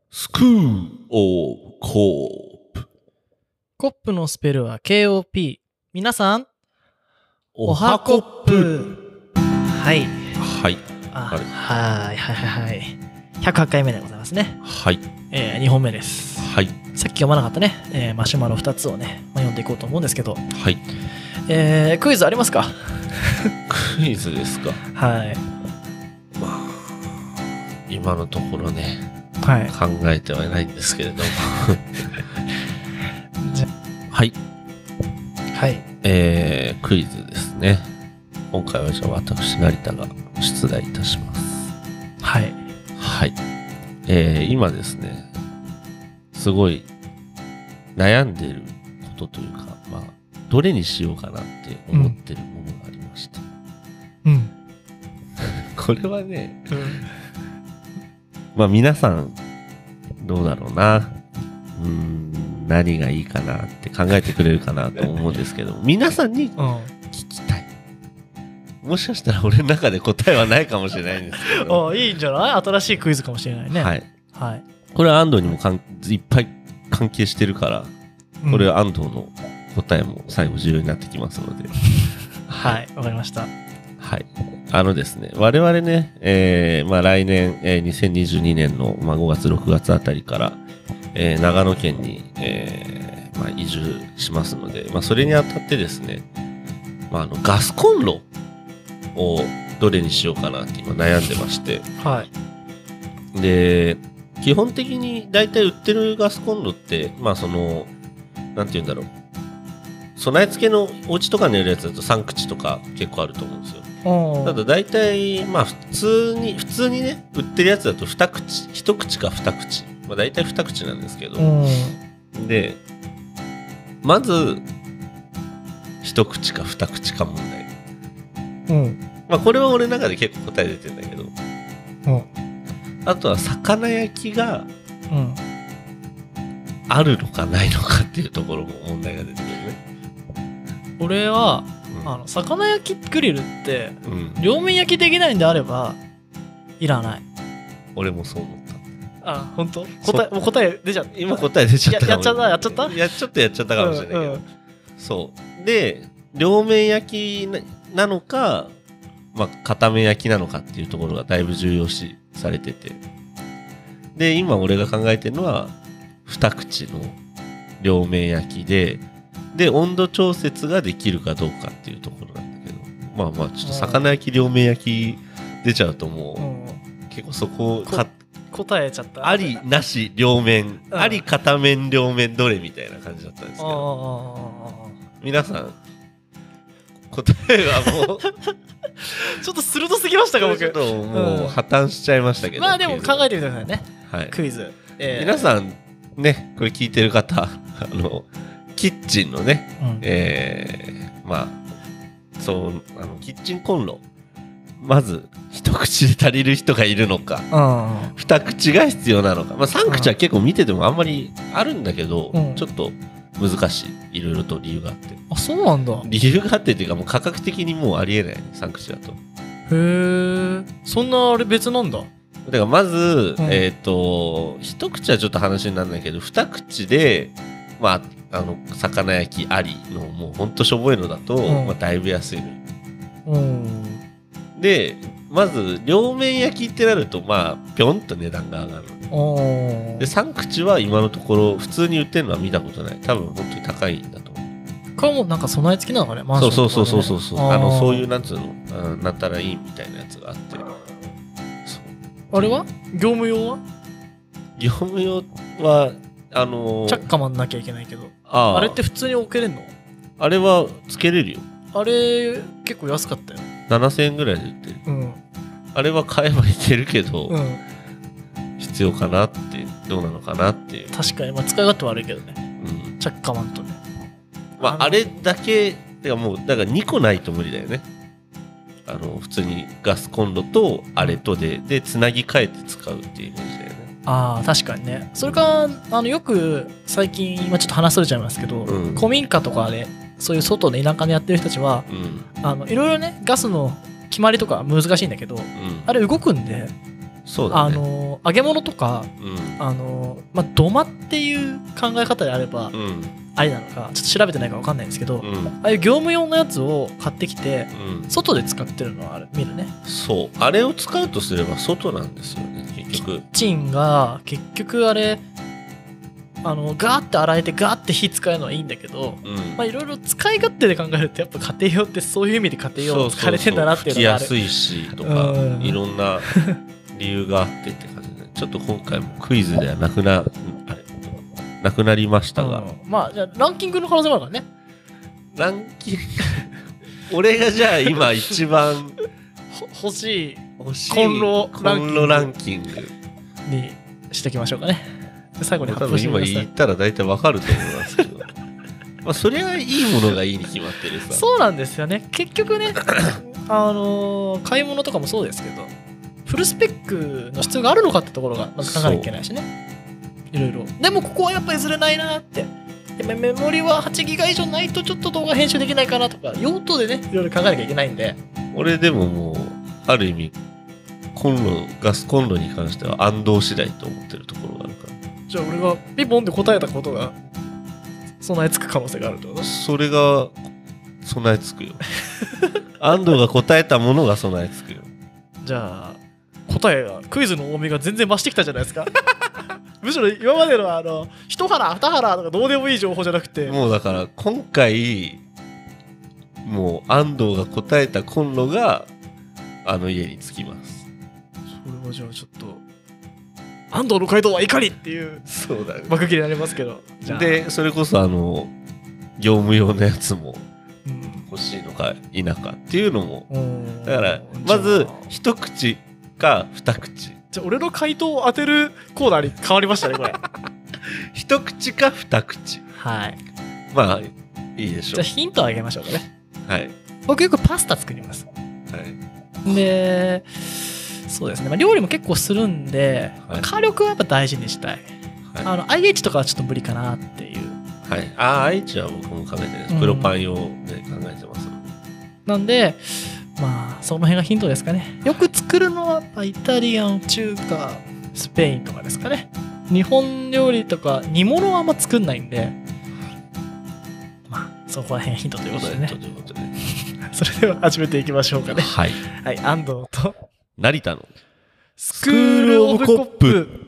スクールオブコープ。 コップのスペルは KOP。皆さん、 おはコップ。 はい。 はい。 はい。108回目でございますね。 はい。 2本目です。 はい。 さっき読まなかったね、マシュマロ2つをね、読んでいこうと思うんですけど。 はい。 クイズありますか？ クイズですか。 はい。 まあ、今のところね、 はい、 考えてはないんですけれども。 じゃはい。 はい。 クイズですね。今回はじゃあ私、成田が出題いたします。 はい。 はい。今ですね、すごい悩んでることというか、まあ、どれにしようかなって思ってるものがありまして。 うん。 これはね、まあ皆さん、どうだろうな。何がいいかなって考えてくれるかなと思うんですけど、皆さんに聞きたい。もしかしたら俺の中で答えはないかもしれないんですけど。 いいんじゃない？新しいクイズかもしれないね。 はい。 はい。 これは安藤にもいっぱい関係してるから、これは安藤の答えも最後重要になってきますので。 はい、わかりました。 はい。ですね、我々ね、まあ来年、2022年の、まあ、5月、6月あたりから、長野県に、まあ、移住しますので、まあ、それにあたってですね、まあ、ガスコンロをどれにしようかなって今備んでまして、 はい。 で、基本的に大体売ってるガスコンロって、まあなんて言うんだろう。備え付けのお家とかにあるやつだと3口とか結構あると思うんですよ。ただ大体、まあ普通にね、売ってるやつだと1口か2口。まあ大体2口なんですけど。で、まず、1口か2口か問題。まあこれは俺の中で結構答え出てるんだけど。あとは魚焼きが、あるのかないのかっていうところも問題が出てくるね。 俺は、魚焼きグリルって、両面焼きできないんであればいらない。 俺もそう思った。 本当？答え出ちゃった。 今答え出ちゃった。 やっちゃったちょっとやっちゃったかもしれないけど、そうで両面焼きなのか、まあ片面焼きなのかっていうところがだいぶ重要視されてて、で今俺が考えてるのは2口の両面焼きで温度調節ができるかどうかっていうところなんだけど、まあちょっと魚焼き両面焼き出ちゃうともう結構そこ答えちゃった。 ありなし両面、あり片面両面どれみたいな感じだったんですけど、皆さん答えはもうちょっと鋭すぎましたか？僕ちょっともう破綻しちゃいましたけど、 まあでも考えてみてくださいね。 はい、クイズ、 皆さんね、これ聞いてる方キッチンのね、まあそうキッチンコンロ、まず一口で足りる人がいるのか、二口が必要なのか、まあ三口は結構見ててもあんまりあるんだけど、ちょっと難しい、いろいろと理由があって。 あ、そうなんだ。 理由があってっていうかもう価格的にもうありえないね、三口だと。 へえ、そんなあれ別なんだ。 だからまず、一口はちょっと話にならないけど、二口でまあ魚焼きありのもうほんとしょぼいのだと、まあだいぶ安いの。でまず両面焼きってなるとまあぴょんと値段が上がる。で3口は今のところ普通に売ってるのは見たことない。多分本当に高いんだと思う。 これもなんか備え付きなのかね、マンションとかね。 そうそういうなんつうの、なったらいいみたいなやつがあって。 あれは業務用はチャッカマンなきゃいけないけど、あれって普通に置けれんの？ あれはつけれるよ。あれ結構安かったよ。 7000円ぐらいで売ってる。あれは買えばいけるけど、必要かなって、どうなのかなっていう。 確かに、まあ使い勝手悪いけどね。チャッカマンとね。 まああれだけではもうだから2個ないと無理だよね。普通にガスコンロとあれとでつなぎ替えて使うっていうイメージだよね。 確かにね。それかよく最近今ちょっと話それちゃいますけど、古民家とかでそういう外で田舎でやってる人たちは、いろいろねガスの決まりとか難しいんだけど、あれ動くんでそうだね。 揚げ物とか、土間っていう考え方であれば、ありなのか、ちょっと調べてないから分かんないんですけど、ああいう業務用のやつを買ってきて、外で使ってるのは見るね。 そう。あれを使うとすれば外なんですよね、結局。 キッチンが、結局あれ、ガーって洗えてガーって火使うのはいいんだけど、いろいろ使い勝手で考えるとやっぱ家庭用ってそういう意味で家庭用を使れてんだなっていうのがある。 拭きやすいしとか、いろんな理由があってって感じで、ちょっと今回もクイズではなくなりましたが、 じゃあランキングの可能性もあるからね。 ランキング俺がじゃあ今一番欲しいコンロランキングにしておきましょうかね。最後に発表してください。今言ったら大体わかると思いますけどそりゃいいものがいいに決まってるさ。 そうなんですよね。結局ね買い物とかもそうですけど、フルスペックの必要があるのかってところがまず考えなきゃいけないしね。いろいろ。でもここはやっぱり譲れないなって。メモリは8ギガ以上ないとちょっと動画編集できないかなとか、用途でね、いろいろ考えなきゃいけないんで。 俺でももう、ある意味、ガスコンロに関しては安藤次第と思ってるところがあるから。 じゃあ俺がピンポンで答えたことが備えつく可能性があるってこと？ それが備えつくよ。安藤が答えたものが備えつくよ。 じゃあ答えが、クイズの重みが全然増してきたじゃないですか。むしろ今までの一腹二腹とかどうでもいい情報じゃなくて、 もうだから今回もう安藤が答えたコンロが家に着きます。 それはじゃあちょっと安藤の回答はいかにっていうそうだね、 幕切れになりますけど、 でそれこそ業務用のやつも欲しいのか否かっていうのも、だからまず一口か二口。 じゃあ俺の回答を当てるコーナーに変わりましたねこれ。 一口か二口。 はい。 まあいいでしょう。 じゃあヒントをあげましょうかね。 はい。 僕よくパスタ作ります。 はい。 で、そうですね。料理も結構するんで、火力はやっぱ大事にしたい。IH とかはちょっと無理かなっていう。 はい。IH は僕も考えてないです。プロパン用で考えてます。 なんで、その辺がヒントですかね。よく作るのはイタリアン、中華、スペインとかですかね。日本料理とか煮物はあんま作んないんで、そこら辺ヒントということでね。それでは始めていきましょうかね。 はい。 はい、安藤と成田のスクールオブコップ。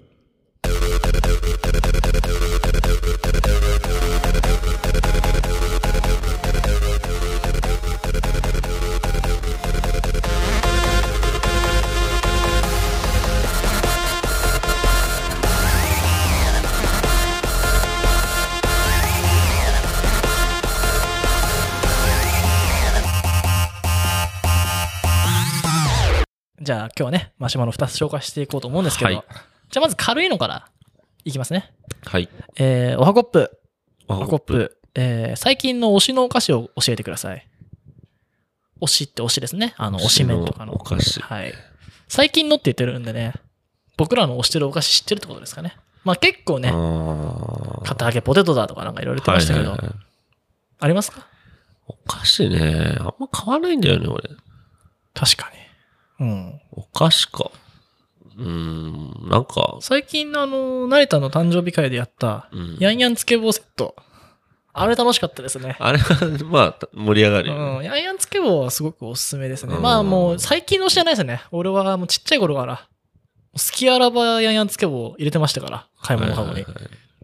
じゃあ今日はね、マシュマロ2つ紹介していこうと思うんですけど、じゃあまず軽いのからいきますね。 はい。 おはコップ。おはコップ。最近の推しのお菓子を教えてください。推しって推しですね。推し麺とかの。 お菓子。 はい。最近のって言ってるんでね、僕らの推してるお菓子知ってるってことですかね。結構ね、片揚げポテトだとかなんかいろいろ言ってましたけど、ありますか？ お菓子ね、あんま買わないんだよね、俺。 確かに。 お菓子か。なんか。 最近の成田の誕生日会でやった、ヤンヤンつけ棒セット。あれ楽しかったですね。 あれは、盛り上がるよね。 ヤンヤンつけ棒はすごくおすすめですね。もう最近の推しじゃないですね。俺はもうちっちゃい頃から、好きあらばヤンヤンつけ棒入れてましたから、買い物カゴに。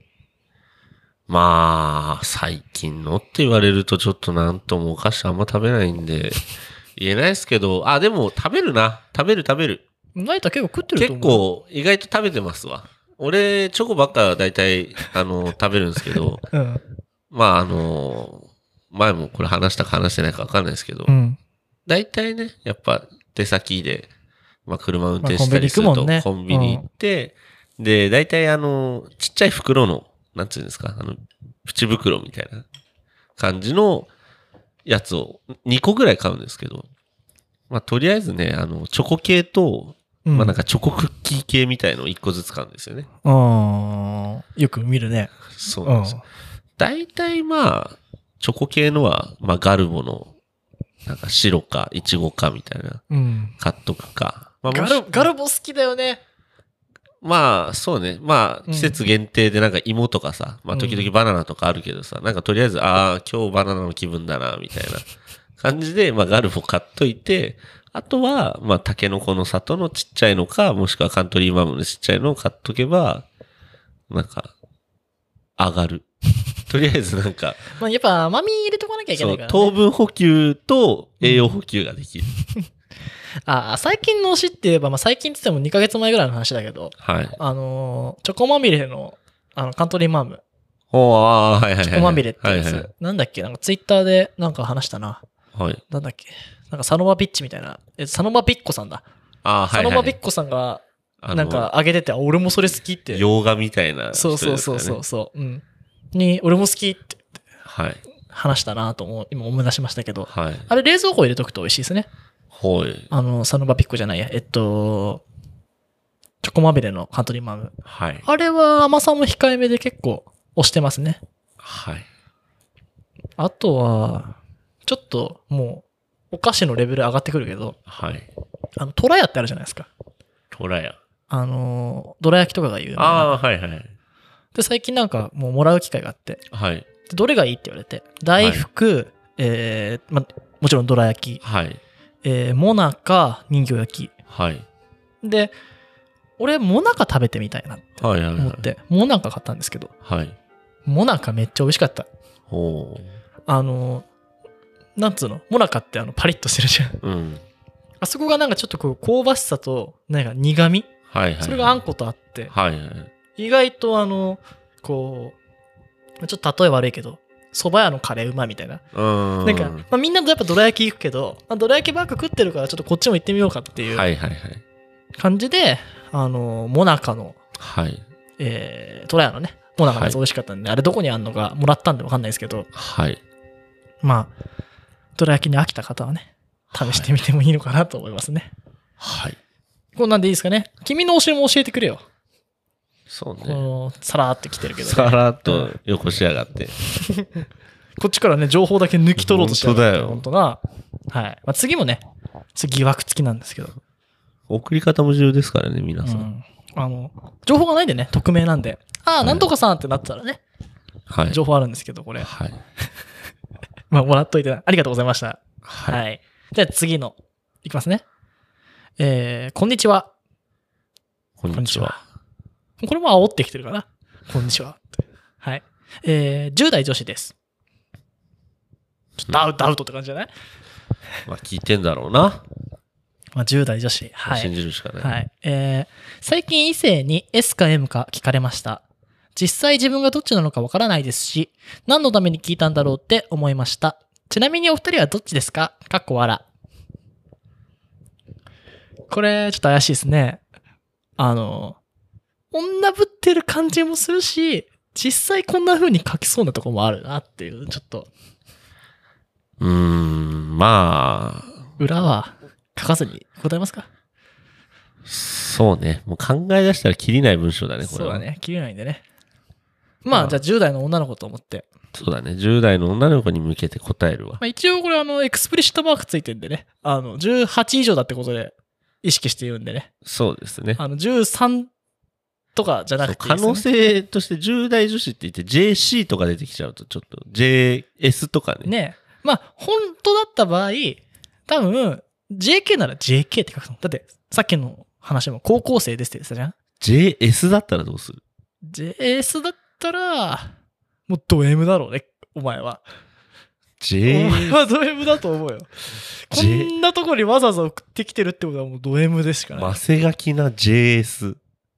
最近のって言われるとちょっとなんともお菓子あんま食べないんで、言えないですけど、でも食べるな。食べる。 ナイタ結構食ってると思う。 結構意外と食べてますわ。俺、チョコばっか大体、食べるんですけど、前もこれ話したか話してないか分かんないですけど、大体ね、やっぱ出先で、車運転したりするとコンビニ行って、で、大体ちっちゃい袋の、なんていうんですか、プチ袋みたいな感じのやつを2個ぐらい買うんですけど、とりあえずね、チョコ系と、なんかチョコクッキー系みたいのを1個ずつ買うんですよね。 よく見るね。 そうなんですよ。大体チョコ系のは、ガルボの、なんか白かイチゴかみたいな、買っとくか。 まあ、 ガルボ好きだよね。 まあ、そうね。まあ、季節限定でなんか芋とかさ、まあ、時々バナナとかあるけどさ、なんかとりあえず、ああ、今日バナナの気分だな、みたいな感じで、まあ、ガルボ買っといて、あとは、まあ、タケノコの里のちっちゃいのか、もしくはカントリーマームのちっちゃいのを買っとけば、なんか、上がる。とりあえずなんか、 まあ、やっぱ甘み入れとかなきゃいけないからね。 糖分補給と栄養補給ができる。 最近の推しって言えば、まあ、最近って言っても2ヶ月前ぐらいの話だけど、 はい。 チョコまみれの、カントリーマーム。 はいはいはい。 チョコまみれってやつ。 はいはい、 なんだっけなんかツイッターでなんか話したな。 はい。 なんだっけなんかサノマピッチみたいな。サノマピッコさんだ。 はいはい。 サノマピッコさんが、なんか上げてて、俺もそれ好きって。 洋画みたいな、ね。 そう。うん。に、俺も好きって。 はい。 話したなと今思い出しましたけど。 はい。 あれ冷蔵庫入れとくと美味しいですね。 はい。 サノバピッコじゃないや。チョコまみれのカントリーマーム。 はい。 あれは甘さも控えめで結構推してますね。 はい。 あとは、ちょっともう、お菓子のレベル上がってくるけど、 はい。 トラヤってあるじゃないですか。 トラヤ。 どら焼きとかが有名な。 はいはい。 で、最近なんかもうもらう機会があって、 はい。 どれがいいって言われて、大福、もちろんどら焼き、 はい。 もなか、人形焼き。 はい。 で、俺、もなか食べてみたいなって思って、 はいはいはい、 もなか買ったんですけど、 はい。 もなかめっちゃ美味しかった。 ほう。なんつうのもなかってパリッとしてるじゃん。 うん。 あそこがなんかちょっとこう香ばしさと、なんか苦味、 はいはい。 それがあんことあって、 はいはい。 意外とこう、ちょっと例え悪いけど、蕎麦屋のカレーうまみたいな。なんか、まあ、みんなとやっぱどら焼き行くけど、まあ、どら焼きばっか食ってるからちょっとこっちも行ってみようかっていう感じで、もなかの、 はい。 トラヤのね、もなかのやつ美味しかったんで、あれどこにあんのかもらったんでわかんないですけど、 はい。 まあ、どら焼きに飽きた方はね、試してみてもいいのかなと思いますね。 はい。 こんなんでいいですかね。君の推しも教えてくれよ。 そうね。 さらーって来てるけど、ね。 さらっとよこしやがって。 こっちからね、情報だけ抜き取ろうとしてる。 本当だよ。 本当な。はい。まあ、次もね、疑惑付きなんですけど。 送り方も重要ですからね、皆さん。 情報がないんでね、匿名なんで。なんとかさんってなったらね、 はい。 情報あるんですけど、これ。 はい。 まあ、もらっといて、ありがとうございました。 はい。 はい。じゃあ次の、いきますね。こんにちは。 こんにちは。 これも煽ってきてるかな。こんにちは。はい。10代女子です。ダウトって感じじゃない？ まあ聞いてんだろうな。 まあ10代女子。はい。 信じるしかない。 はい。最近異性に S か M か聞かれました。実際自分がどっちなのかわからないですし、何のために聞いたんだろうって思いました。ちなみにお二人はどっちですか？かっこ笑。これ、ちょっと怪しいですね。女ぶってる感じもするし、実際こんな風に書きそうなとこもあるなっていう、ちょっと。 まあ。 裏は書かずに答えますか？ そうね。もう考え出したら切りない文章だね、これは。 そうだね。切れないんでね。まあ、じゃあ10代の女の子と思って。 そうだね。10代の女の子に向けて答えるわ。 まあ、一応これエクスプリシットマークついてるんでね。18以上だってことで意識して言うんでね。 そうですね。 13とかじゃなくていいですね。 可能性として10代女子って言って JC とか出てきちゃうとちょっと JS とかね。 ね。まあ、本当だった場合、多分、JK なら JK って書くの。だって、さっきの話も高校生ですって言ってたじゃん？ JS だったらどうする？ JS だったら、もうド M だろうね、お前は。お前はド M だと思うよ。こんなとこにわざわざ送ってきてるってことはもうド M でしかない。 マセガキな JS。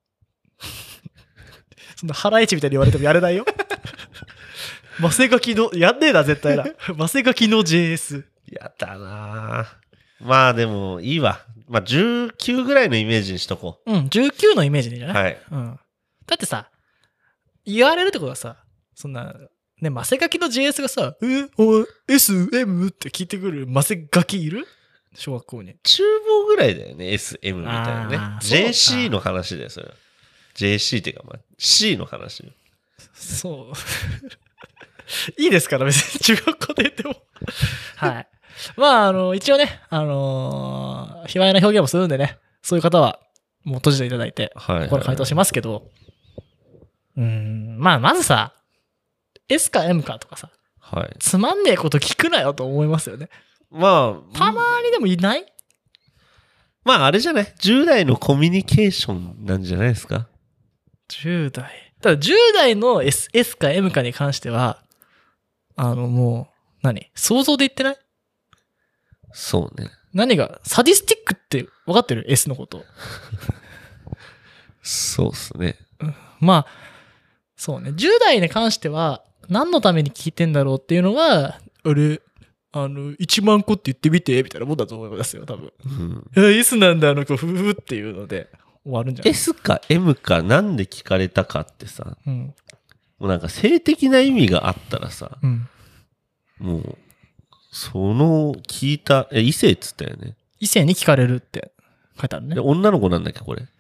そんな腹市みたいに言われてもやれないよ。マセガキの、やんねえな、絶対な。マセガキの JS。 やだなぁ。まあでも、いいわ。まあ19ぐらいのイメージにしとこう。19のイメージでいいんじゃない？ はい。 だってさ、言われるってことはさ、そんな、ね、マセガキの JS がさ、S、M って聞いてくるマセガキいる？小学校に。 中坊ぐらいだよね、S、M みたいなね。JC の話だよ、それは。JC っていうか、まあ、C の話。 そう。いいですから、別に中学校で言っても。はい。まあ、一応ね、卑猥な表現もするんでね。 そういう方はもう閉じていただいて、 はいはいはい、 これ回答しますけど、まあまずさ、S か M かとかさ、 はい、 つまんねえこと聞くなよと思いますよね。 まあ、 たまにでもいない？ まああれじゃない ?10 代のコミュニケーションなんじゃないですか？ 10代。ただ10代の S か M かに関しては、もう、想像で言ってない？ そうね。 何が、サディスティックって分かってる？ S のこと。 そうっすね。 まあ、そうね。10代に関しては、何のために聞いてんだろうっていうのが、1万個って言ってみて、みたいなもんだと思いますよ、多分。S なんだ、ふふっていうので終わるんじゃない？ S か M かなんで聞かれたかってさ、 もうなんか性的な意味があったらさ、もう、その聞いた、異性っつったよね。 異性に聞かれるって書いてあるね。 女の子なんだっけ、これ。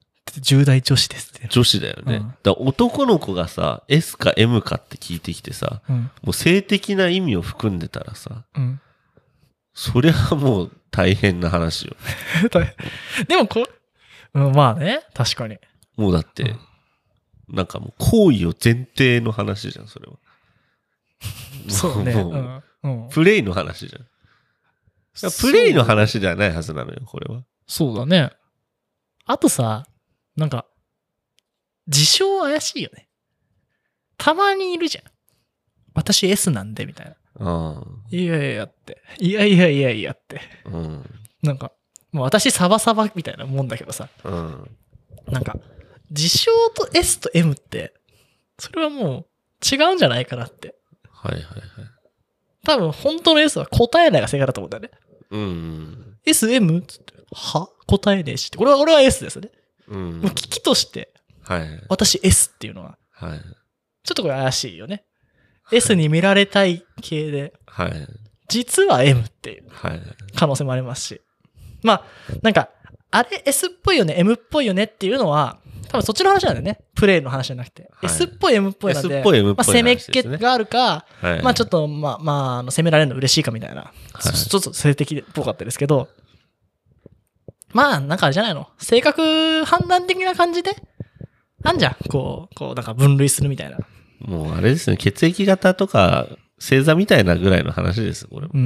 10代女子ですって。 女子だよね。だから男の子がさ、S か M かって聞いてきてさ、もう性的な意味を含んでたらさ、そりゃもう大変な話よ。 でもまあね、確かに。 もうだって、なんかもう行為を前提の話じゃん、それは。 そうね。 プレイの話じゃん。プレイの話ではないはずなのよ、これは。 そうだね。あとさ、なんか、自称怪しいよね。たまにいるじゃん。私 S なんで、みたいな。いやいやって。いやって。なんか、もう私サバサバみたいなもんだけどさ。なんか、自称と S と M って、それはもう違うんじゃないかなって。 はいはいはい。 多分、本当の S は答えないが正解だと思うんだよね。S、M? つって、は答えねえしって。俺は S ですね。もう危機として、私 S っていうのは、ちょっとこれ怪しいよね。S に見られたい系で、実は M っていう可能性もありますし。まあ、なんか、あれ S っぽいよね、M っぽいよねっていうのは、多分そっちの話なんだよね。プレイの話じゃなくて。S っぽい M っぽいなんで、攻めっ気があるか、まあちょっと、攻められるの嬉しいかみたいな、ちょっと性的っぽかったですけど、まあ、なんかあれじゃないの？性格判断的な感じであんじゃん。こう、なんか分類するみたいな。 もうあれですね、血液型とか星座みたいなぐらいの話です、これも。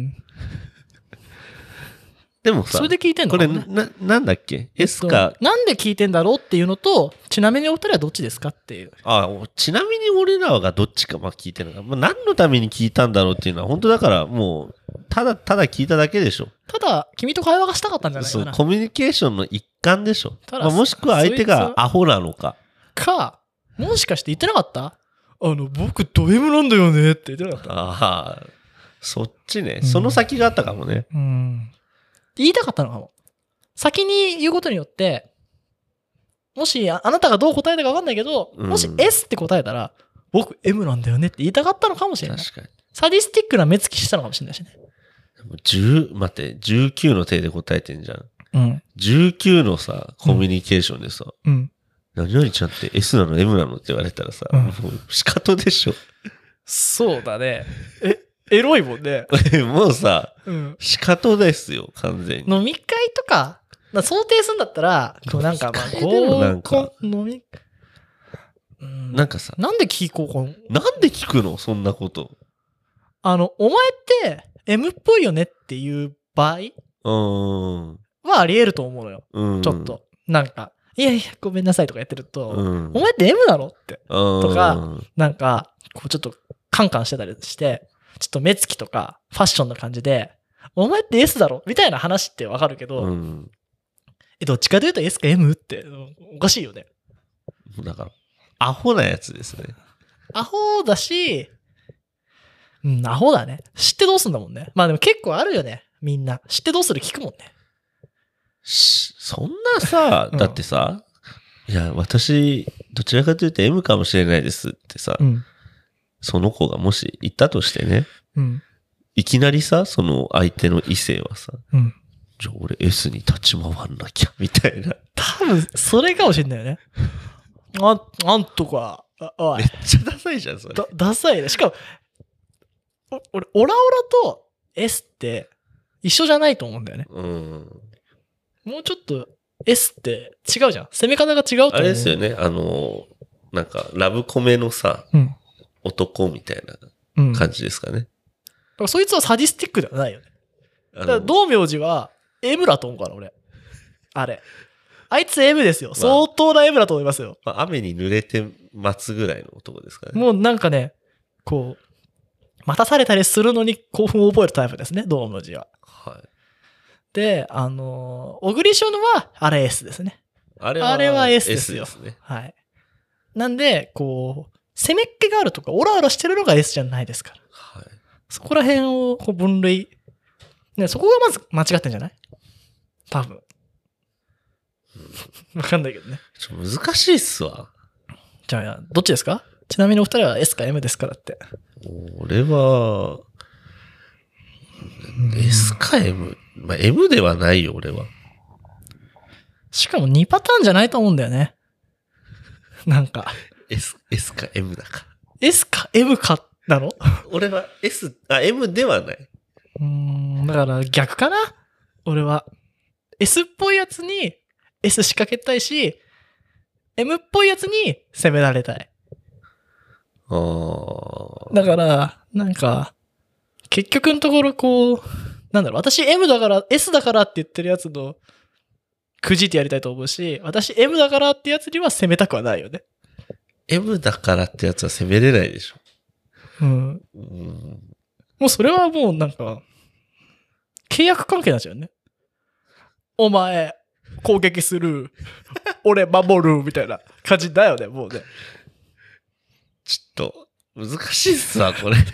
でもさ、 それで聞いてんのこれなんだっけ ?S か、 なんで聞いてんだろうっていうのと、ちなみにお二人はどっちですかっていう。 ちなみに俺らがどっちか聞いてるのか。何のために聞いたんだろうっていうのは、本当だからもう、ただ聞いただけでしょ。 ただ、君と会話がしたかったんじゃないかな。 そう、コミュニケーションの一環でしょ。もしくは相手がアホなのか。 もしかして言ってなかった？僕ド M なんだよねって言ってなかった？ そっちね。その先があったかもね。 言いたかったのかも。先に言うことによって、もしあなたがどう答えたか分かんないけど、もし S って答えたら、僕 M なんだよねって言いたかったのかもしれない。 確かに。 サディスティックな目つきしたのかもしれないしね。 待って、19の手で答えてんじゃん。19のさ、コミュニケーションでさ、何々ちゃんって S なの M なのって言われたらさ、もう仕方でしょ。 そうだね。エロいもんね。 もうさ、仕方ですよ、完全に。 飲み会とか、想定するんだったら、なんか飲み、 なんかさ、 なんで聞こうなんで聞くのそんなこと。 お前って M っぽいよねっていう場合はあり得ると思うのよ。ちょっと。なんか、いやごめんなさいとかやってると、お前って M なのって。とか、なんか、ちょっとカンカンしてたりして、ちょっと目つきとかファッションな感じで、お前って S だろみたいな話ってわかるけど、どっちかというと S か M っておかしいよね。 だから、アホなやつですね。 アホだし、アホだね。知ってどうすんだもんね。まあでも結構あるよね。みんな。知ってどうする聞くもんね。 そんなさ、だってさ、いや、私、どちらかというと M かもしれないですってさ、その子がもし言ったとしてね、いきなりさ、その相手の異性はさ、じゃあ俺 S に立ち回んなきゃ、みたいな。 多分、それかもしれないよね。あんとか、 めっちゃダサいじゃん、それ。 ダサいね。しかも、オラオラと S って一緒じゃないと思うんだよね。 もうちょっと S って違うじゃん。攻め方が違うと思う。 あれですよね。なんか、ラブコメのさ、男みたいな感じですかね。だからそいつはサディスティックではないよね。だから道明寺は M だと思うから、俺。あれ。あいつ M ですよ。相当な M だと思いますよ。 まあ、雨に濡れて待つぐらいの男ですかね。 もうなんかね、こう、待たされたりするのに興奮を覚えるタイプですね、道明寺は。 はい。 で、小栗旬は、あれ S ですね。 あれは S ですよ。 S ですね。 はい。なんで、こう、攻めっ気があるとか、オラオラしてるのが S じゃないですから。 はい。 そこら辺をこう分類。ね、そこがまず間違ってんじゃない多分。わかんないけどね。 難しいっすわ。 じゃあ、どっちですか？ちなみにお二人は S か M ですからって。 俺は、S か M。まあ、M ではないよ、俺は。 しかも2パターンじゃないと思うんだよね。なんか。 S か M だか。 S か M かなの？ 俺は M ではない。 だから逆かな？俺は。S っぽいやつに S 仕掛けたいし、M っぽいやつに攻められたい。だから、なんか、結局のところこう、なんだろう、私 M だから、S だからって言ってるやつの、くじってやりたいと思うし、私 M だからってやつには攻めたくはないよね。 M だからってやつは攻めれないでしょ。 もうそれはもうなんか、契約関係になっちゃうよね。お前、攻撃する。俺守る。みたいな感じだよね、もうね。 ちょっと、難しいっすわ、これ。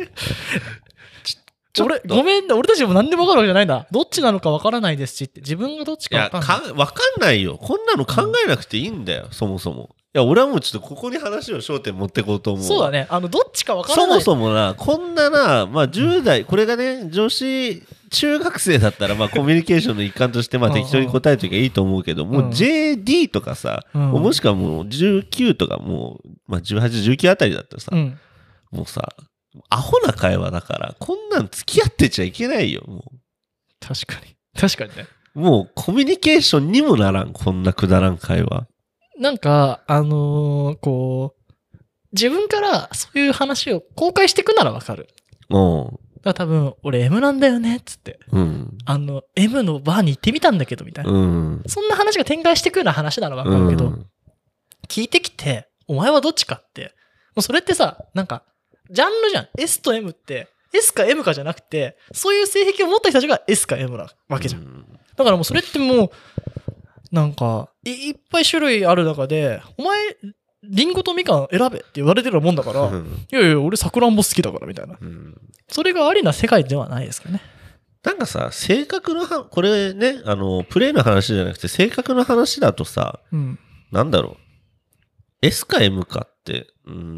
俺、ごめんね。俺たちも何でも分かるわけじゃないんだ。どっちなのか分からないですしって。自分がどっちか分かんない。 いや、分かんないよ。こんなの考えなくていいんだよ、そもそも。いや、俺はもうちょっとここに話を焦点持っていこうと思う。 そうだね。どっちか分からない。 そもそもな、こんなな、まあ10代、これがね、女子、中学生だったら、まあコミュニケーションの一環として、まあ適当に答えときゃいいと思うけど、もう JD とかさ、もしくはもう19とかもう、まあ18、19あたりだったらさ、もうさ、アホな会話だから、こんなん付き合ってちゃいけないよ、もう。 確かに。確かにね。 もうコミュニケーションにもならん、こんなくだらん会話。 なんか、こう、自分からそういう話を公開していくならわかる。だから多分、俺 M なんだよね、つって。M のバーに行ってみたんだけど、みたいな。そんな話が展開していくような話ならわかるけど、聞いてきて、お前はどっちかって、もうそれってさ、なんか、ジャンルじゃん。S と M って、S か M かじゃなくて、そういう性癖を持った人たちが S か M なわけじゃん。だからもうそれってもう、なんか、いっぱい種類ある中で、お前、リンゴとみかん選べって言われてるもんだから、いやいや、俺さくらんぼ好きだからみたいな。それがありな世界ではないですかね。 なんかさ、性格のこれね、プレイの話じゃなくて、性格の話だとさ、なんだろう。S か M かって、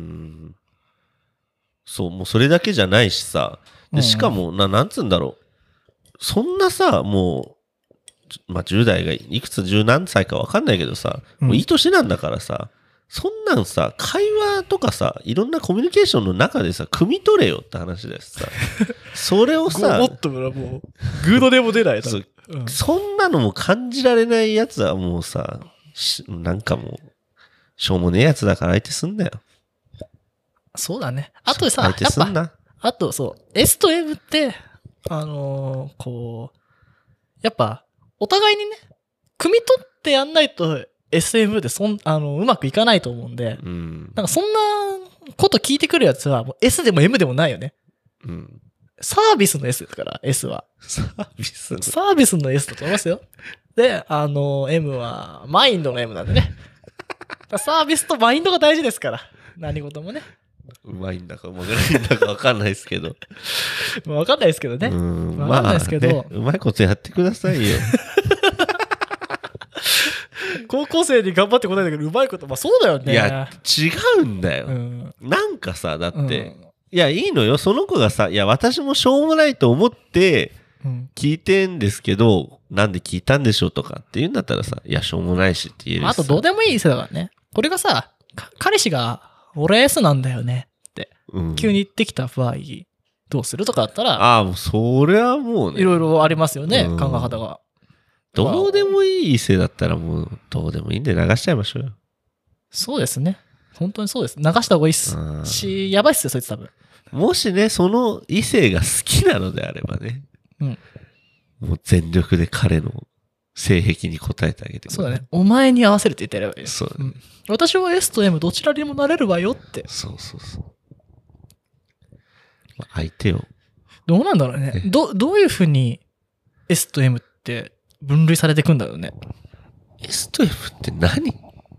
そう、もうそれだけじゃないしさ、でしかも、なんつうんだろう。そんなさ、もう、まあ、10代がいくつ10何歳か分かんないけどさ、もういい年なんだからさ、そんなんさ、会話とかさ、いろんなコミュニケーションの中でさ、汲み取れよって話だしさ、それをさ、 もっともう、グードでも出ない。 そんなのも感じられないやつはもうさ、なんかもう、しょうもねえやつだから相手すんなよ。 そうだね。あとさ、 相手すんな。 あとそう、S と M って、こう、やっぱ、お互いにね、汲み取ってやんないと SM でうまくいかないと思うんで、なんかそんなこと聞いてくるやつはもう S でも M でもないよね。サービスの S ですから、S は。サービスの S だと思いますよ。で、M はマインドの M なんでね。サービスとマインドが大事ですから。何事もね。 うまいんだかうまくないんだか分かんないですけど。 分かんないですけどね。分かんないですけど、 ね。うまいことやってくださいよ。 高校生に頑張ってこないんだけど、うまいこと。まあそうだよね。 いや、違うんだよ。なんかさ、だって、いや、いいのよ。その子がさ、いや、私もしょうもないと思って聞いてんですけど、なんで聞いたんでしょうとかって言うんだったらさ、いや、しょうもないしって言えるし。 あとどうでもいいですよだからね。これがさ、彼氏が、俺 S なんだよねって、急に言ってきた場合、どうするとかだったら、 もうそれはもうね。 いろいろありますよね、考え方が。 どうでもいい異性だったらもうどうでもいいんで流しちゃいましょうよ。 そうですね。本当にそうです。流した方がいいっす。し、やばいっすよ、そいつ多分。 もしね、その異性が好きなのであればね。 うん。 もう全力で彼の性癖に応えてあげてください。 そうだね。お前に合わせるって言ってやればいい。 そうだね。 私は S と M どちらにもなれるわよって。 そう。相手を。 どうなんだろうね。どういうふうに S と M って分類されていくんだろうね。 S と M って何？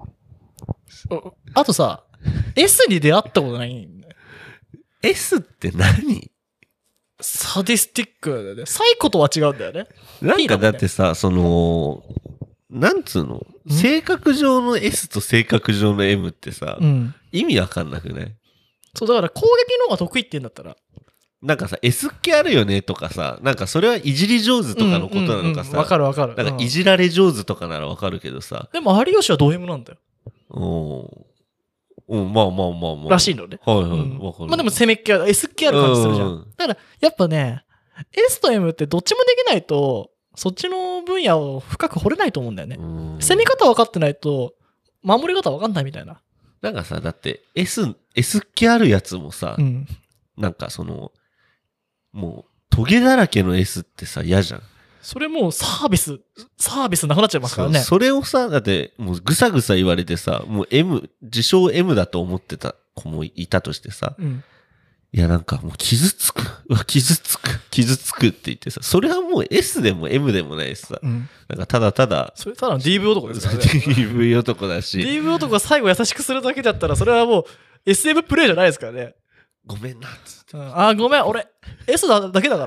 あとさ、S に出会ったことないんだよ。 S って何？ サディスティックだよね。サイコとは違うんだよね。 なんかだってさ、なんつうの？性格上の S と性格上の M ってさ、意味わかんなくない？ そう、だから攻撃の方が得意って言うんだったら。 なんかさ、S っ気あるよねとかさ、なんかそれはいじり上手とかのことなのかさ。 わかる。 なんかいじられ上手とかならわかるけどさ。 でも有吉はド M なんだよ。 まあ。 らしいのね。 はい。わかる。 まあでも攻めっ気ある、S っ気ある感じするじゃん。だから、やっぱね、S と M ってどっちもできないと、そっちの分野を深く掘れないと思うんだよね。攻め方分かってないと、守り方分かんないみたいな。 なんかさ、だって S っ気あるやつもさ、なんかもう、トゲだらけの S ってさ、嫌じゃん。 それもうサービスなくなっちゃいますからね。 それをさ、だって、もうぐさぐさ言われてさ、もう自称 M だと思ってた子もいたとしてさ、いやなんかもう傷つくって言ってさ、それはもう S でも M でもないしさ、なんかただ、 それただの DV 男ですからね。 DV 男だし。 DV 男が最後優しくするだけだったら、それはもう SM プレイじゃないですからね。 ごめんなっつって。 ごめん、俺、S だけだから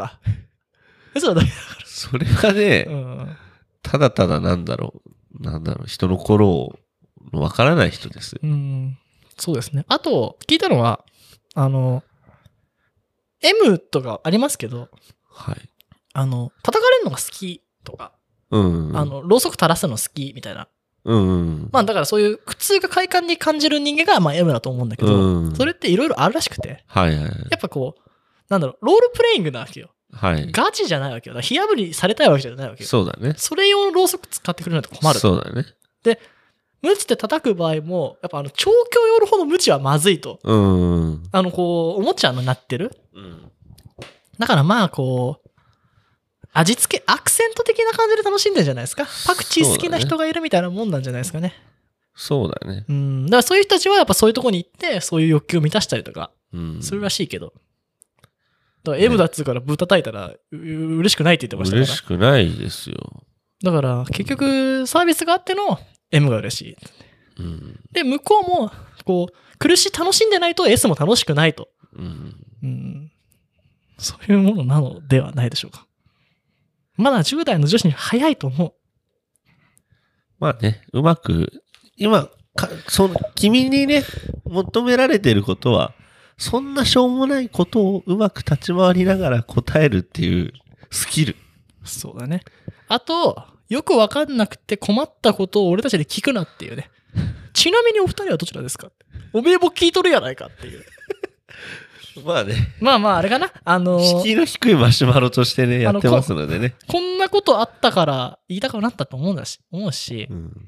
。S だけだから。 それはね、ただなんだろう、人の心をわからない人ですよ。 そうですね。あと、聞いたのは、M とかありますけど、 はい。 叩かれるのが好きとか、ろうそく垂らすの好きみたいな。まあだからそういう苦痛が快感に感じる人間がまあ M だと思うんだけど、それっていろいろあるらしくて、やっぱこう、なんだろう、ロールプレイングなわけよ。ガチじゃないわけよ。火炙りされたいわけじゃないわけよ。 そうだね。 それ用のろうそく使ってくれないと困る。 そうだね。 で、ムチで叩く場合も、やっぱ調教用のほどムチはまずいと。こう、おもちゃになってる。だからまあこう、味付け、アクセント的な感じで楽しんでるんじゃないですか。パクチー好きな人がいるみたいなもんなんじゃないですかね。 そうだね。 だからそういう人たちはやっぱそういうとこに行って、そういう欲求を満たしたりとか、するらしいけど。だから M だっつうからぶったたいたら嬉しくないって言ってましたから。 嬉しくないですよ。 だから結局サービスがあっての M が嬉しい。で、向こうも、こう、楽しんでないと S も楽しくないと。そういうものなのではないでしょうか。まだ10代の女子に早いと思う。 まあね、うまく、今、君にね、求められてることは、そんなしょうもないことをうまく立ち回りながら答えるっていうスキル。 そうだね。あと、よくわかんなくて困ったことを俺たちに聞くなっていうね。ちなみにお二人はどちらですかって。おめえも聞いとるやないかっていう。 まあね。 まあ、あれかな。 敷居の低いマシュマロとしてね、やってますのでね。 こんなことあったから言いたくなったと思うし。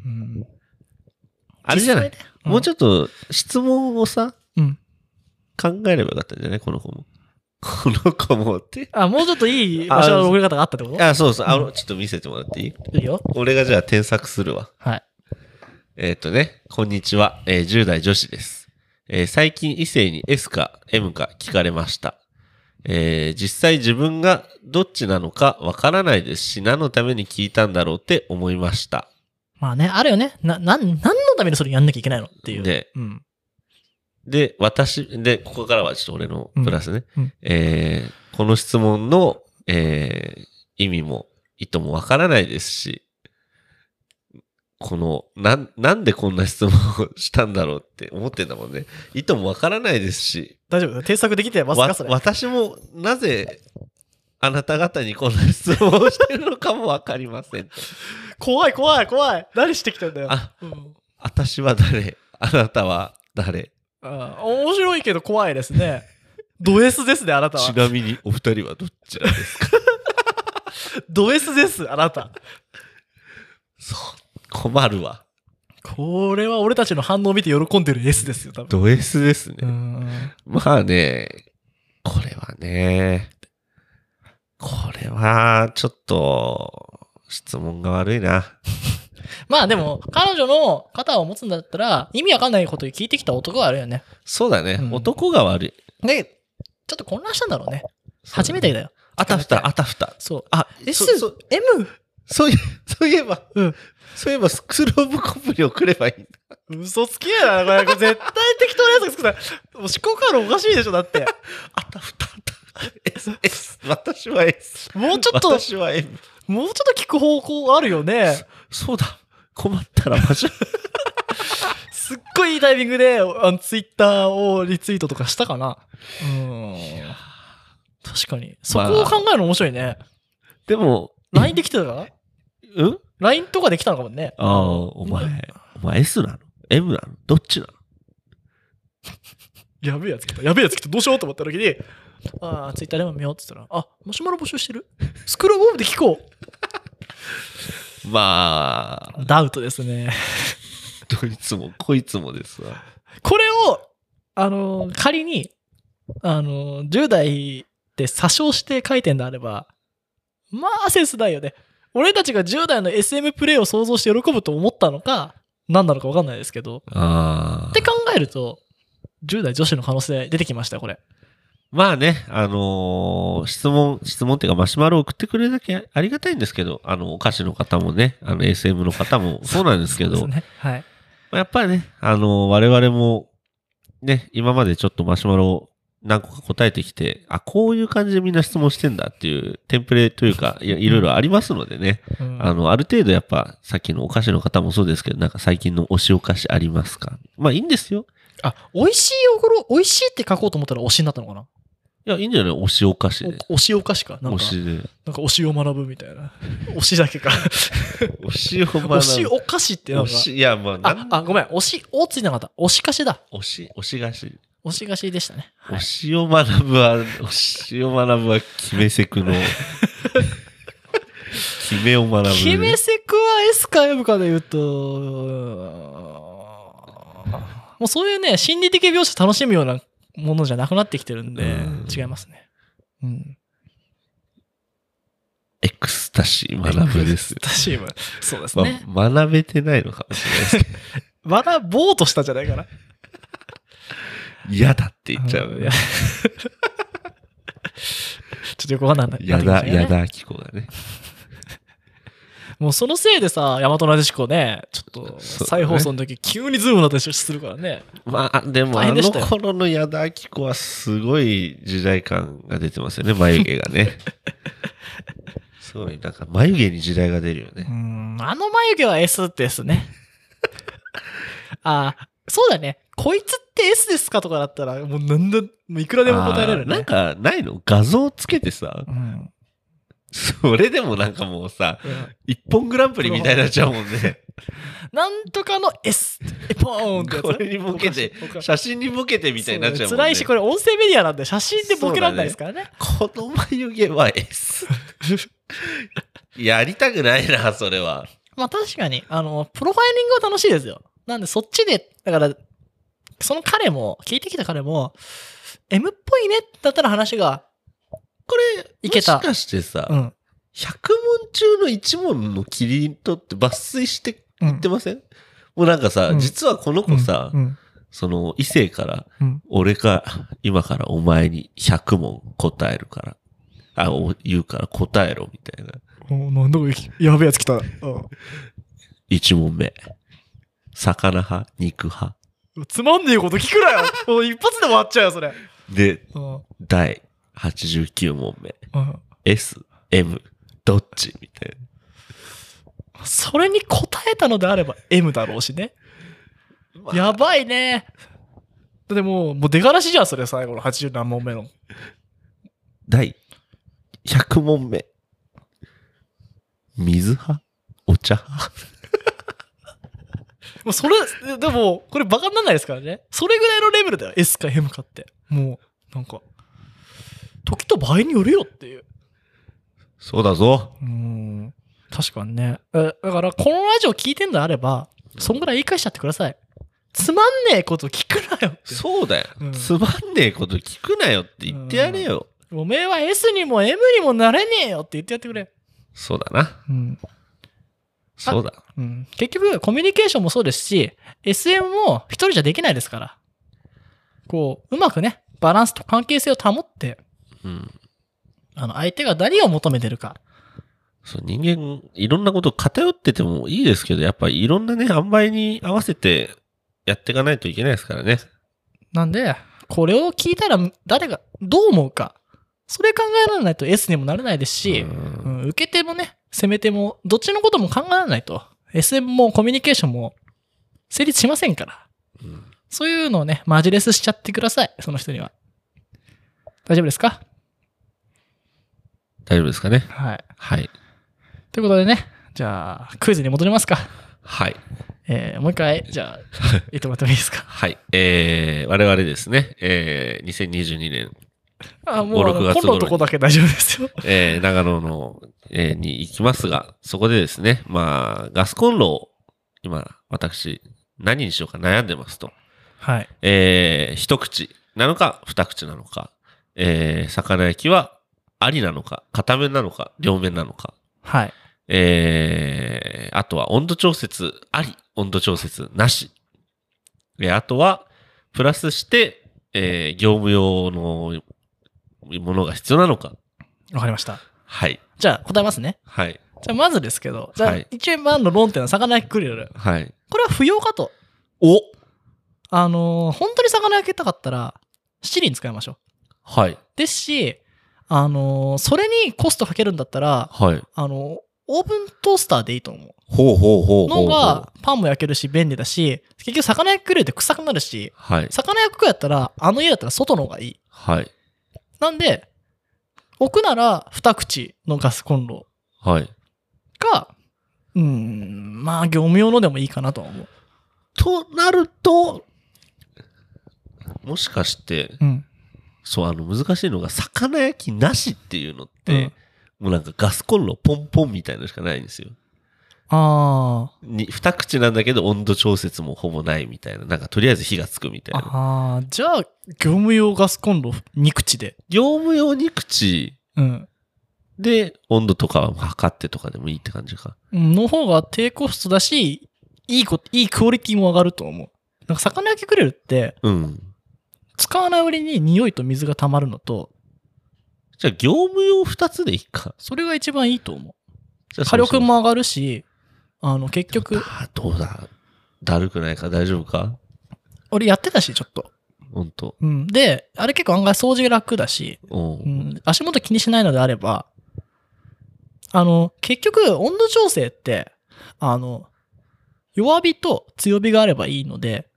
あれじゃない、もうちょっと質問をさ、考えればよかったんじゃないこの子も。この子もって。 もうちょっといい場所の送り方があったってことそうそう。ちょっと見せてもらっていい？ いいよ。 俺がじゃあ添削するわ。 はい。 こんにちは。10代女子です。最近異性に S か M か聞かれました。実際自分がどっちなのかわからないですし、何のために聞いたんだろうって思いました。 まあね、あるよね。何のためにそれやんなきゃいけないのっていう。 で、ここからはちょっと俺のプラスね。この質問の、意味も意図もわからないですし、なんでこんな質問をしたんだろうって思ってんだもんね。意図もわからないですし。 大丈夫？添削できてますかそれ。 私もなぜあなた方にこんな質問をしてるのかもわかりません。 怖い。何してきたんだよ。 私は誰？あなたは誰？ 面白いけど怖いですね。ド S ですね、あなたは。 ちなみにお二人はどっちなんですか？ ド S です、あなた。 困るわ。 これは俺たちの反応を見て喜んでる S ですよ、多分。 ド S ですね。 まあね、これはちょっと質問が悪いな。 まあでも、彼女の肩を持つんだったら、意味わかんないこと聞いてきた男が悪いよね。 そうだね。男が悪い。 で、ちょっと混乱したんだろうね。初めてだよ。 あたふた。 そう。 S、 M。 そういえば、スクローブコプリをくればいいんだ。 嘘つきやな、これ絶対適当なやつが作ったら、もう思考回路おかしいでしょ、だって。 あたふた。S。私は S。 もうちょっと、 私は M。 もうちょっと聞く方向あるよね。 そうだ。困ったらマジすっごいいいタイミングでツイッターをリツイートとかしたかな。確かに。そこを考えるの面白いね。 でも、 LINE できてたか?LINE とかできたのかもね。 お前 S なの ?M なのどっちなのやべえやつ来た。どうしようと思った時に、ツイッターでも見ようって言ったら、マシュマロ募集してるスクロールオフで聞こう。ダウトですね。 どいつもこいつもですわ。 これを、仮に、10代で詐称して書いてんであれば、まあ、センスないよね。俺たちが10代の SM プレイを想像して喜ぶと思ったのか、何なのか分かんないですけど。って考えると、10代女子の可能性出てきましたよ、これ。 まあね、質問っていうかマシュマロを送ってくれるだけありがたいんですけど、お菓子の方もね、SM の方もそうなんですけど、 そうですね。はい。 やっぱりね、我々も、ね、今までちょっとマシュマロを何個か答えてきて、こういう感じでみんな質問してんだっていうテンプレというか、いろいろありますのでね、ある程度やっぱ、さっきのお菓子の方もそうですけど、なんか最近の推しお菓子ありますか？まあいいんですよ。 美味しい美味しいって書こうと思ったら推しになったのかな？ いや、いいんじゃない？推しお菓子で。 推しお菓子か。 推しで。 なんか推しを学ぶみたいな。推しだけか。 推しを学ぶ。 推しお菓子ってなんか。 いや、まあ、ごめん。推し、おついなかった。推し菓子だ。 推し菓子。 推し菓子でしたね。 推しを学ぶは、キメセクの、キメを学ぶ。 キメセクは S か M かで言うと、もうそういうね、心理的描写楽しむようなものじゃなくなってきてるんで、違いますね。 エクスタシー学ぶです。 エクスタシーそうですね。 学べてないのかもしれないですけど。 学ぼうとしたんじゃないかな。 嫌だって言っちゃう。ちょっとよくわかんない。 やだ、あきこがね。 もうそのせいでさ、大和なでしこね、ちょっと再放送の時急にズームになったりするからね。 まあでもあの頃の矢田亜希子はすごい時代感が出てますよね、眉毛がね。すごい、なんか眉毛に時代が出るよね。 あの眉毛は S ですね。そうだね。こいつって S ですかとかだったら、もういくらでも答えられるね。 なんかないの？画像つけてさ。それでもなんかもうさ、一本グランプリみたいになっちゃうもんね。 なんとかの S、ポーンってやつ。 これにボケて、写真にボケてみたいになっちゃうもんね。 辛いし、これ音声メディアなんで写真でボケられないですからね。 この眉毛は S。やりたくないな、それは。 まあ確かに、プロファイリングは楽しいですよ。なんでそっちで、だから、その彼も、聞いてきた彼も、M っぽいねだったら話が、 これ、いけた。もしかしてさ、100問中の1問の切り取って抜粋して言ってません？もうなんかさ、実はこの子さ、その異性から、俺が今からお前に100問答えるから、言うから答えろみたいな。 なんだこれ、やべえやつ来た。 1問目。魚派、肉派。 つまんねえこと聞くなよ。もう一発で終わっちゃうよ、それ。 で、第89問目。S、M、どっちみたいな。それに答えたのであれば M だろうしね。やばいね。でもう出がらしじゃん、それ最後の80何問目の。 第100問目。水派？お茶派？ もうそれ、でも、これバカにならないですからね。それぐらいのレベルだよ。S か M かって。もう、なんか、時と場合によるよっていう。 そうだぞ。 確かにね。だから、このラジオ聞いてんのであれば、そんぐらい言い返しちゃってください。つまんねえこと聞くなよって。 そうだよ、つまんねえこと聞くなよって言ってやれよ。 おめえは S にも M にもなれねえよって言ってやってくれ。 そうだな。そうだ。 結局、コミュニケーションもそうですし、SM も一人じゃできないですから。こう、うまくね、バランスと関係性を保って、相手が何を求めてるか。 そう、人間、いろんなこと偏っててもいいですけど、やっぱりいろんなね、塩梅に合わせてやっていかないといけないですからね。 なんで、これを聞いたら誰がどう思うか。それ考えられないと S にもなれないですし、受け手もね、攻め手も、どっちのことも考えられないと、SM もコミュニケーションも成立しませんから。そういうのをね、マジレスしちゃってください、その人には。大丈夫ですか？ 大丈夫ですかね。 はい。 はい。 ということでね、じゃあ、クイズに戻りますか。 はい。 もう一回、じゃあ、言ってもらってもいいですか。 はい。我々ですね、2022年、 もう、今度のとこだけ大丈夫ですよ。 長野の、に行きますが、そこでですね、まあ、ガスコンロを、今、私、何にしようか悩んでますと。 はい。 一口なのか、二口なのか、魚焼きはありなのか、片面なのか、両面なのか。 はい。 あとは温度調節あり、温度調節なし。あとは、プラスして、業務用のものが必要なのか。 わかりました。 はい。 じゃあ、答えますね。 はい。 じゃあ、まずですけど、じゃあ、一番の論点は魚焼きグリル。 はい。 これは不要かと。本当に魚焼けたかったら、七輪使いましょう。 はい。 ですし、それにコストかけるんだったら、 はい。 オーブントースターでいいと思う。 ほう。 のが、パンも焼けるし、便利だし、結局魚焼きグリルって臭くなるし、 はい。 魚焼くやったら、家だったら外の方がいい。 はい。 なんで、置くなら、二口のガスコンロ。 はい。 が、まあ、業務用のでもいいかなとは思う。 となると、もしかして、そう、難しいのが、魚焼きなしっていうのって、もうなんかガスコンロポンポンみたいなのしかないんですよ。二口なんだけど温度調節もほぼないみたいな。なんかとりあえず火がつくみたいな。 じゃあ、業務用ガスコンロ2口で。 業務用2口で温度とかは測ってとかでもいいって感じか。 の方が低コストだし、いいクオリティも上がると思う。なんか魚焼きグリルって、使わない割に匂いと水が溜まるのと、 じゃあ業務用2つでいいか。 それが一番いいと思う。火力も上がるし、結局。 どうだだるくないか大丈夫か？ 俺やってたし、ちょっと。 ほんと。 で、あれ結構案外掃除が楽だし、足元気にしないのであれば、結局温度調整って、弱火と強火があればいいので、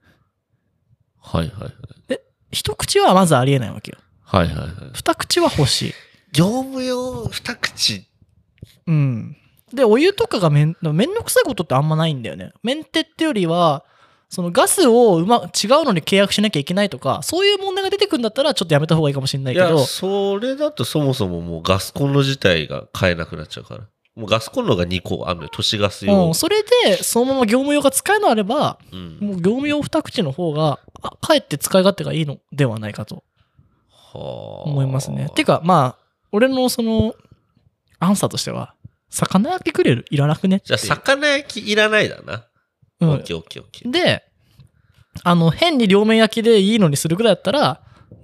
で、一口はまずありえないわけよ。二口は欲しい。 業務用二口。 で、お湯とかがめんどくさいことってあんまないんだよね。メンテってよりは、そのガスを違うのに契約しなきゃいけないとか、そういう問題が出てくるんだったらちょっとやめた方がいいかもしれないけど。いや、 それだとそもそももうガスコンロ自体が買えなくなっちゃうから。もうガスコンロが2個あるのよ、都市ガス用。 それで、そのまま業務用が使えるのあれば、もう業務用二口の方が、かえって使い勝手がいいのではないかと。思いますね。てか、まあ、俺のその、アンサーとしては、魚焼きグリルいらなくねって。 じゃあ、魚焼きいらないだな。オッケー。 で、変に両面焼きでいいのにするぐらいだったら、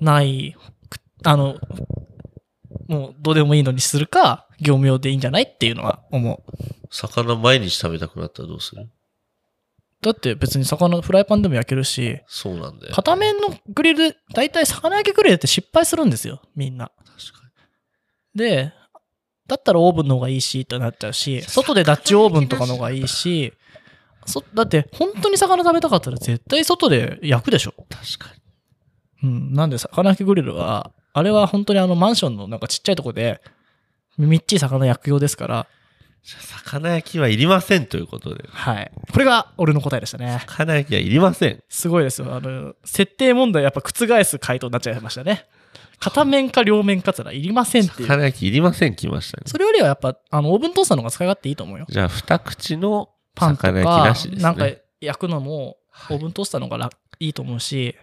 もうどうでもいいのにするか、業務用でいいんじゃないっていうのは思う。 魚毎日食べたくなったらどうする？ だって別に魚フライパンでも焼けるし、 そうなんだよ。 片面のグリル、だいたい魚焼きグリルって失敗するんですよ、みんな。 確かに。で、だったらオーブンの方がいいしってなっちゃうし、外でダッチオーブンとかの方がいいし、だって本当に魚食べたかったら絶対外で焼くでしょ。 確かに。なんで魚焼きグリルは、あれは本当にマンションのなんかちっちゃいとこで、みっちり魚焼く用ですから。 魚焼きはいりませんということで。 はい。これが俺の答えでしたね。 魚焼きはいりません。 すごいですよ。設定問題やっぱ覆す回答になっちゃいましたね。 片面か両面かつらいりませんっていう。 魚焼きいりません来ましたね。 それよりはやっぱオーブントースターの方が使い勝手いいと思うよ。 じゃあ2口のパンと魚焼きなしですね。 かなんか焼くのもオーブントースターの方がいいと思うし、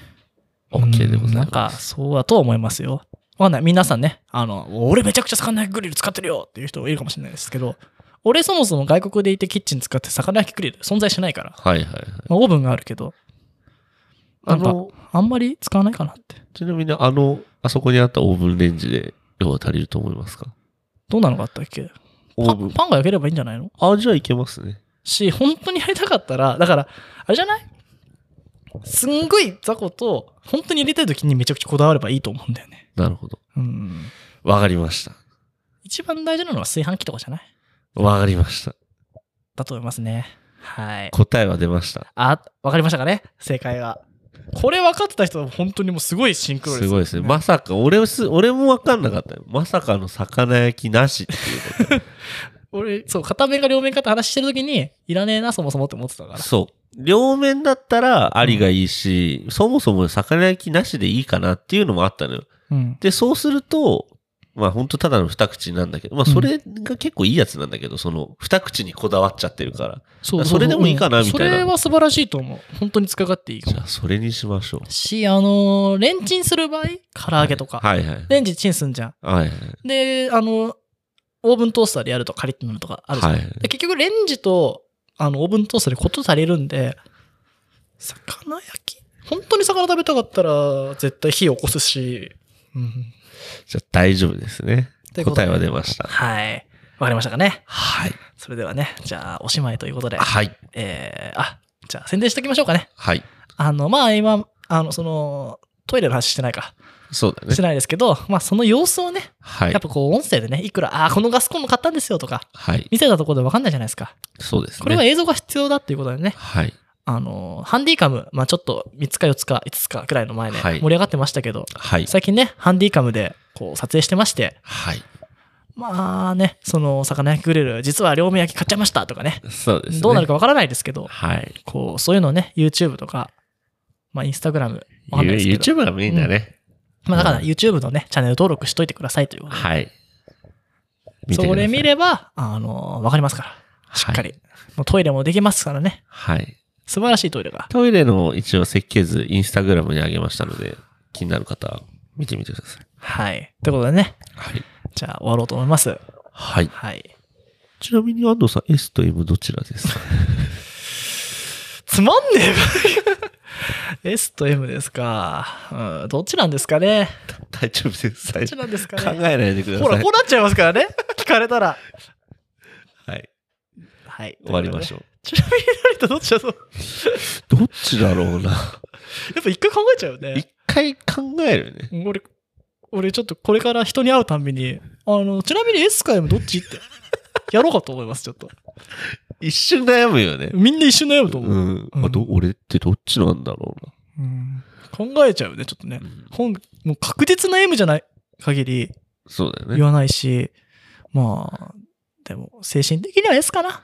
OK でございます。 なんかそうだと思いますよ。わかんない。皆さんね、俺めちゃくちゃ魚焼きグリル使ってるよっていう人いるかもしれないですけど、俺そもそも外国でいてキッチン使って魚焼きグリル存在しないから。 はいはいはい。 まあ、オーブンがあるけど、なんかあんまり使わないかなって。 ちなみにあそこにあったオーブンレンジで量は足りると思いますか？ どんなのがあったっけ？パンが焼ければいいんじゃないの？ じゃあいけますね。 本当にやりたかったら、だから、あれじゃない？すんごい雑魚と、本当に入れたい時にめちゃくちゃこだわればいいと思うんだよね。 なるほど。わかりました。 一番大事なのは炊飯器とかじゃない？ わかりました。 だと思いますね。はい。 答えは出ました。 わかりましたかね？正解が。これ分かってた人は本当にもうすごいシンクロです、ね。 すごいですね。まさか、俺も分かんなかったよ。まさかの魚焼きなしっていうこと。 俺、そう、片面か両面かって話してるときに、いらねえな、そもそもって思ってたから。 そう。両面だったらありがいいし、そもそも魚焼きなしでいいかなっていうのもあったのよ。で、そうすると、まあ本当ただの二口なんだけど、まあそれが結構いいやつなんだけど、その二口にこだわっちゃってるから。それでもいいかなみたいな。 それは素晴らしいと思う。本当に使い勝手いいかも。 じゃあそれにしましょう。 レンチンする場合、唐揚げとか。 はいはい。 レンジチンすんじゃん。 はいはい。 で、オーブントースターでやるとカリッとなるとかあるじゃん。はい、で結局レンジとオーブントースターでこと足りるんで、魚焼き本当に魚食べたかったら絶対火を起こすし、 じゃあ大丈夫ですね。答えは出ました。 はい。わかりましたかね。 はい。 それではね、じゃあおしまいということで。 はい。 じゃあ宣伝しておきましょうかね。 はい。 まあ今、トイレの話してないか。 そうだね。 してないですけど、まあその様子をね、 はい。 やっぱこう音声でね、いくら、このガスコンロ買ったんですよとか、 はい。 見せたところで分かんないじゃないですか。 そうですね。 これは映像が必要だっていうことでね。 はい。 ハンディカム、まあちょっと3つか4つか5つかくらいの前で盛り上がってましたけど、 はい。 最近ね、ハンディカムでこう撮影してまして、 はい。 まあね、その魚焼きグリル、実は両面焼き買っちゃいましたとかね。 そうですね。 どうなるか分からないですけど、 はい。 こう、そういうのをね、YouTube とか、まあ Instagram、わかんないですけど。 YouTube がメインだね。 まあだから YouTube のね、チャンネル登録しといてくださいということで。 はい。 それ見れば、わかりますから。しっかり。もうトイレもできますからね。 はい。 素晴らしいトイレが。 トイレの一応設計図、インスタグラムに上げましたので、気になる方は見てみてください。 はい。ということでね。 はい。 じゃあ終わろうと思います。 はい。 はい。 ちなみに安藤さん、S と M どちらですか？ つまんねえS と M ですか。どっちなんですかね。 大丈夫です。 どっちなんですかね。 考えないでください。 ほら、こうなっちゃいますからね。聞かれたら。 はい。 はい。 終わりましょう。 ちなみに成田どっちだぞ。 どっちだろうな。やっぱ一回考えちゃうよね。 一回考えるね。 俺ちょっとこれから人に会うたんびに、ちなみに S か M どっちってやろうかと思います、ちょっと。 一瞬悩むよね。 みんな一瞬悩むと思う。 俺ってどっちなんだろうな。考えちゃうね、ちょっとね。もう確実な M じゃない限り、 そうだよね。 言わないし、まあ、でも精神的には S かな。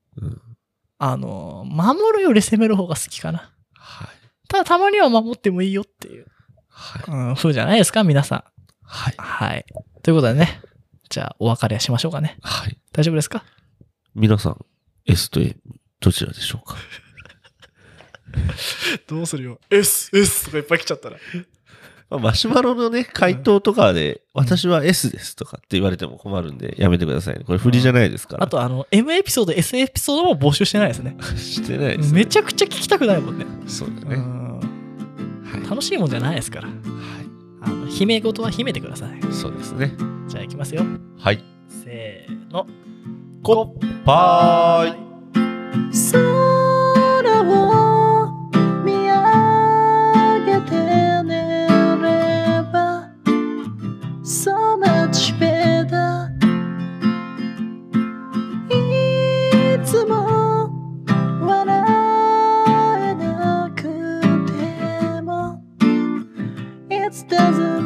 守るより攻める方が好きかな。 はい。 ただたまには守ってもいいよっていう。 はい。 風じゃないですか、皆さん。 はい。 はい。ということでね。じゃあ、お別れしましょうかね。 はい。 大丈夫ですか？ 皆さん、S と M、どちらでしょうか？ どうするよ。S とかいっぱい来ちゃったら。 マシュマロのね、回答とかで、私は S ですとかって言われても困るんで、やめてくださいね。これ振りじゃないですから。 あと、M エピソード、S エピソードも募集してないですね。 してないです、 ね。めちゃくちゃ聞きたくないもんね。 そうだね。 はい、楽しいもんじゃないですから。はい。秘め事は秘めてください。 そうですね。 じゃあ行きますよ。 はい。 せーの。 こっぱーい。 空を見上げて寝れば So much better いつも笑えなくても It doesn't